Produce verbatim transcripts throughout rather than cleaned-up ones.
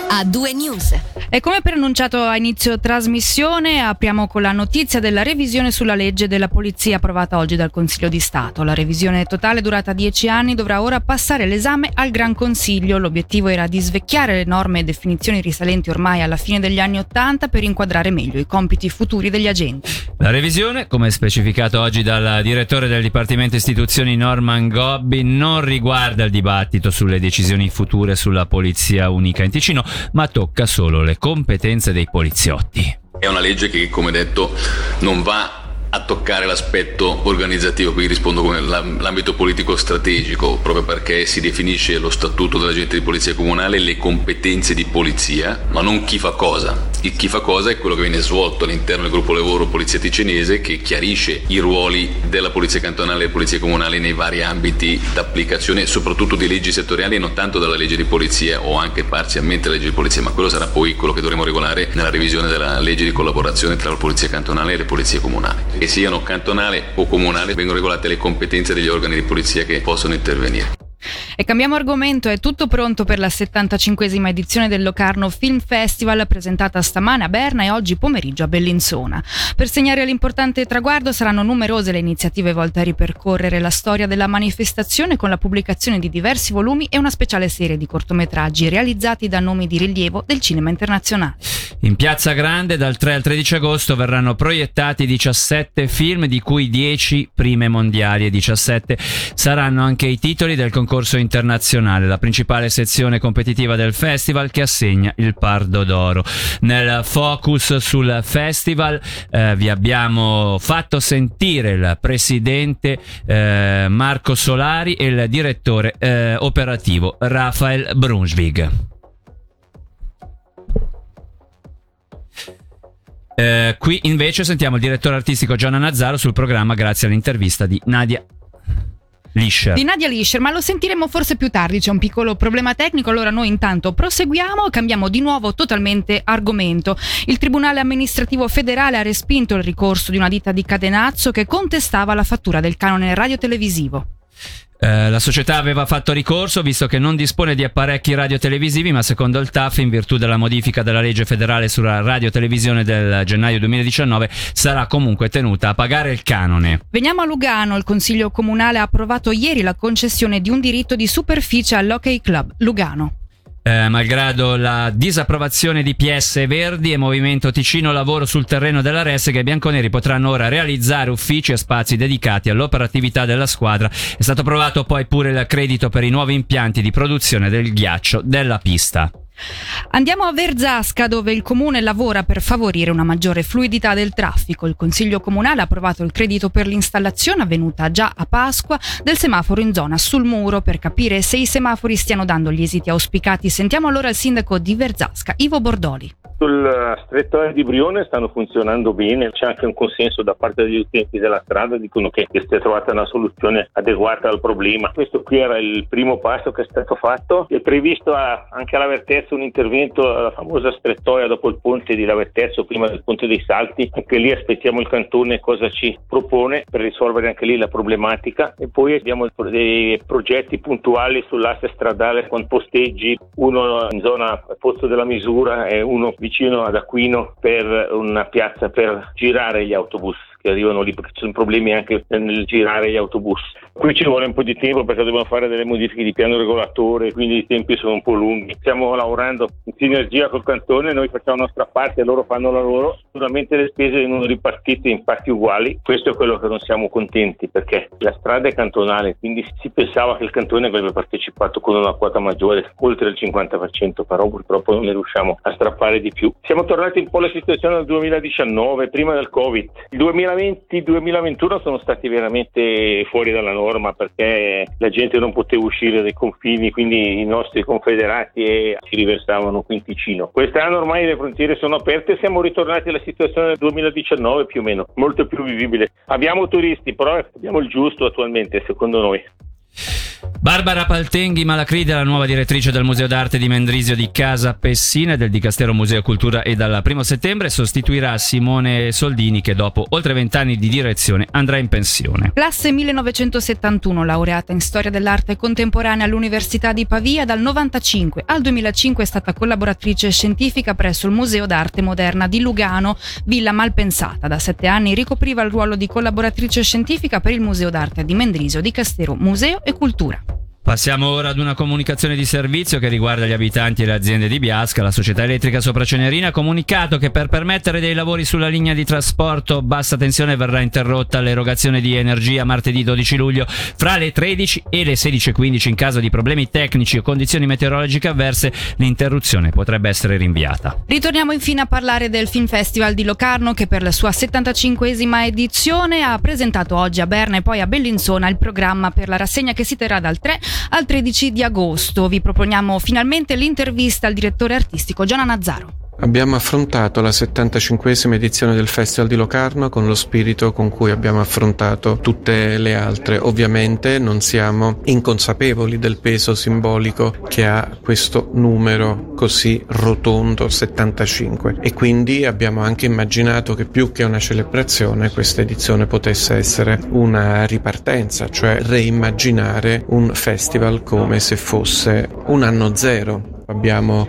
A due News. E come preannunciato a inizio trasmissione, apriamo con la notizia della revisione sulla legge della polizia approvata oggi dal Consiglio di Stato. La revisione totale, durata dieci anni, dovrà ora passare l'esame al Gran Consiglio. L'obiettivo era di svecchiare le norme e definizioni risalenti ormai alla fine degli anni Ottanta per inquadrare meglio i compiti futuri degli agenti. La revisione, come specificato oggi dal direttore del Dipartimento Istituzioni Norman Gobbi, non riguarda il dibattito sulle decisioni future sulla polizia unica in Ticino, ma tocca solo le competenze dei poliziotti. È una legge che, come detto, non va a toccare l'aspetto organizzativo, qui rispondo come l'ambito politico strategico, proprio perché si definisce lo statuto dell'agente di polizia comunale, le competenze di polizia, ma non chi fa cosa. Il chi fa cosa è quello che viene svolto all'interno del gruppo lavoro polizia ticinese, che chiarisce i ruoli della polizia cantonale e delle polizie comunali nei vari ambiti d'applicazione, soprattutto di leggi settoriali e non tanto dalla legge di polizia o anche parzialmente la legge di polizia, ma quello sarà poi quello che dovremo regolare nella revisione della legge di collaborazione tra la polizia cantonale e le polizie comunali. Che siano cantonale o comunale, vengono regolate le competenze degli organi di polizia che possono intervenire. E cambiamo argomento, è tutto pronto per la settantacinquesima edizione del Locarno Film Festival, presentata stamane a Berna e oggi pomeriggio a Bellinzona. Per segnare l'importante traguardo saranno numerose le iniziative volte a ripercorrere la storia della manifestazione, con la pubblicazione di diversi volumi e una speciale serie di cortometraggi realizzati da nomi di rilievo del cinema internazionale. In Piazza Grande dal tre al tredici agosto verranno proiettati diciassette film, di cui dieci prime mondiali, e diciassette saranno anche i titoli del concorso internazionale, la principale sezione competitiva del festival, che assegna il Pardo d'Oro. Nel focus sul festival eh, vi abbiamo fatto sentire il presidente eh, Marco Solari e il direttore eh, operativo Rafael Brunsvig. Eh, qui invece sentiamo il direttore artistico Gianna Nazzaro sul programma, grazie all'intervista di Nadia Lischer. Di Nadia Lischer, ma lo sentiremo forse più tardi, c'è un piccolo problema tecnico, allora noi intanto proseguiamo e cambiamo di nuovo totalmente argomento. Il Tribunale Amministrativo Federale ha respinto il ricorso di una ditta di Cadenazzo che contestava la fattura del canone radiotelevisivo. Eh, la società aveva fatto ricorso visto che non dispone di apparecchi radiotelevisivi, ma secondo il T A F, in virtù della modifica della legge federale sulla radiotelevisione del gennaio duemiladiciannove, sarà comunque tenuta a pagare il canone. Veniamo a Lugano. Il Consiglio Comunale ha approvato ieri la concessione di un diritto di superficie all'Hockey Club Lugano. Eh, malgrado la disapprovazione di P S Verdi e Movimento Ticino Lavoro sul terreno della Ressega, i bianconeri potranno ora realizzare uffici e spazi dedicati all'operatività della squadra. È stato approvato poi pure il credito per i nuovi impianti di produzione del ghiaccio della pista. Andiamo a Verzasca, dove il comune lavora per favorire una maggiore fluidità del traffico. Il Consiglio Comunale ha approvato il credito per l'installazione, avvenuta già a Pasqua, del semaforo in zona sul muro. Per capire se i semafori stiano dando gli esiti auspicati, sentiamo allora il sindaco di Verzasca, Ivo Bordoli. Sul strettoio di Brione stanno funzionando bene, c'è anche un consenso da parte degli utenti della strada, dicono che è stata trovata una soluzione adeguata al problema. Questo qui era il primo passo che è stato fatto. È previsto anche alla Vertezzo un intervento alla famosa strettoia dopo il ponte di Lavertezzo, prima del ponte dei Salti. Anche lì aspettiamo il cantone cosa ci propone per risolvere anche lì la problematica, e poi abbiamo dei progetti puntuali sull'asse stradale con posteggi, uno in zona Pozzo della Misura e uno vicino ad Aquino per una piazza per girare gli autobus che arrivano lì, perché ci sono problemi anche nel girare gli autobus. Qui ci vuole un po' di tempo perché dobbiamo fare delle modifiche di piano regolatore, quindi i tempi sono un po' lunghi. Stiamo lavorando in sinergia col cantone, noi facciamo la nostra parte e loro fanno la loro. Sicuramente le spese vengono ripartite in parti uguali, questo è quello che non siamo contenti, perché la strada è cantonale, quindi si pensava che il cantone avrebbe partecipato con una quota maggiore, oltre il cinquanta per cento, però purtroppo non ne riusciamo a strappare di più. Siamo tornati un po' alla situazione del duemiladiciannove, prima del Covid. Il duemilaventi duemilaventuno sono stati veramente fuori dalla norma, perché la gente non poteva uscire dai confini, quindi i nostri confederati si riversavano qui in Ticino. Quest'anno ormai le frontiere sono aperte e siamo ritornati alla situazione del duemiladiciannove più o meno, molto più vivibile. Abbiamo turisti, però abbiamo il giusto attualmente, secondo noi. Barbara Paltenghi Malacride, la nuova direttrice del Museo d'Arte di Mendrisio di Casa Pessina e del Dicastero Museo Cultura, e dal primo settembre sostituirà Simone Soldini, che dopo oltre vent'anni di direzione andrà in pensione. Classe millenovecentosettantuno, laureata in storia dell'arte contemporanea all'Università di Pavia, dal novantacinque al duemilacinque è stata collaboratrice scientifica presso il Museo d'Arte Moderna di Lugano, Villa Malpensata. Da sette anni ricopriva il ruolo di collaboratrice scientifica per il Museo d'Arte di Mendrisio, Dicastero Museo e Cultura. Passiamo ora ad una comunicazione di servizio che riguarda gli abitanti e le aziende di Biasca. La società elettrica Sopra Cenerina ha comunicato che per permettere dei lavori sulla linea di trasporto bassa tensione verrà interrotta l'erogazione di energia martedì dodici luglio fra le tredici e le sedici e quindici. In caso di problemi tecnici o condizioni meteorologiche avverse, l'interruzione potrebbe essere rinviata. Ritorniamo infine a parlare del Film Festival di Locarno, che per la sua settantacinquesima edizione ha presentato oggi a Berna e poi a Bellinzona il programma per la rassegna che si terrà dal tre al tredici di agosto. Vi proponiamo finalmente l'intervista al direttore artistico Giona Nazzaro. Abbiamo affrontato la settantacinquesima edizione del Festival di Locarno con lo spirito con cui abbiamo affrontato tutte le altre. Ovviamente non siamo inconsapevoli del peso simbolico che ha questo numero così rotondo, settantacinque, e quindi abbiamo anche immaginato che più che una celebrazione questa edizione potesse essere una ripartenza, cioè reimmaginare un festival come se fosse un anno zero. Abbiamo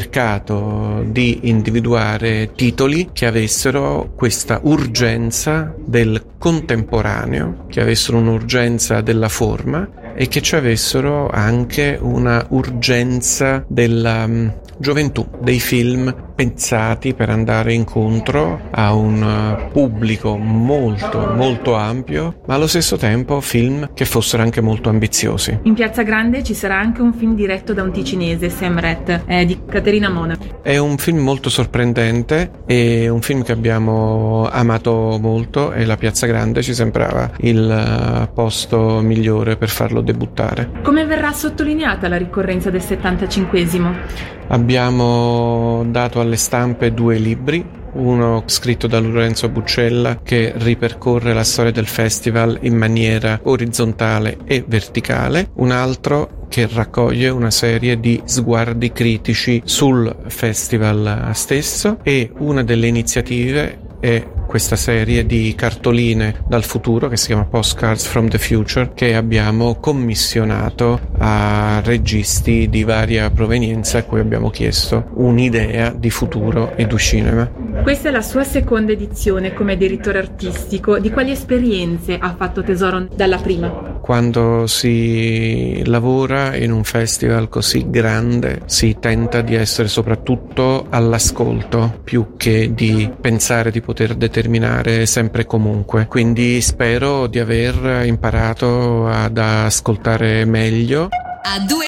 cercato di individuare titoli che avessero questa urgenza del contemporaneo, che avessero un'urgenza della forma e che ci avessero anche una urgenza della um, gioventù, dei film pensati per andare incontro a un pubblico molto molto ampio, ma allo stesso tempo film che fossero anche molto ambiziosi. In Piazza Grande ci sarà anche un film diretto da un ticinese, Sam Ret, eh, di Caterina Mona. È un film molto sorprendente, è un film che abbiamo amato molto e la Piazza Grande ci sembrava il posto migliore per farlo debuttare. Come verrà sottolineata la ricorrenza del settantacinquesimo? Abbiamo dato alle stampe due libri, uno scritto da Lorenzo Buccella che ripercorre la storia del festival in maniera orizzontale e verticale, un altro che raccoglie una serie di sguardi critici sul festival stesso, e una delle iniziative è questa serie di cartoline dal futuro che si chiama Postcards from the Future, che abbiamo commissionato a registi di varia provenienza a cui abbiamo chiesto un'idea di futuro e di cinema. Questa è la sua seconda edizione come direttore artistico. Di quali esperienze ha fatto tesoro dalla prima? Quando si lavora in un festival così grande si tenta di essere soprattutto all'ascolto più che di pensare di poter determinare sempre e comunque. Quindi spero di aver imparato ad ascoltare meglio. A due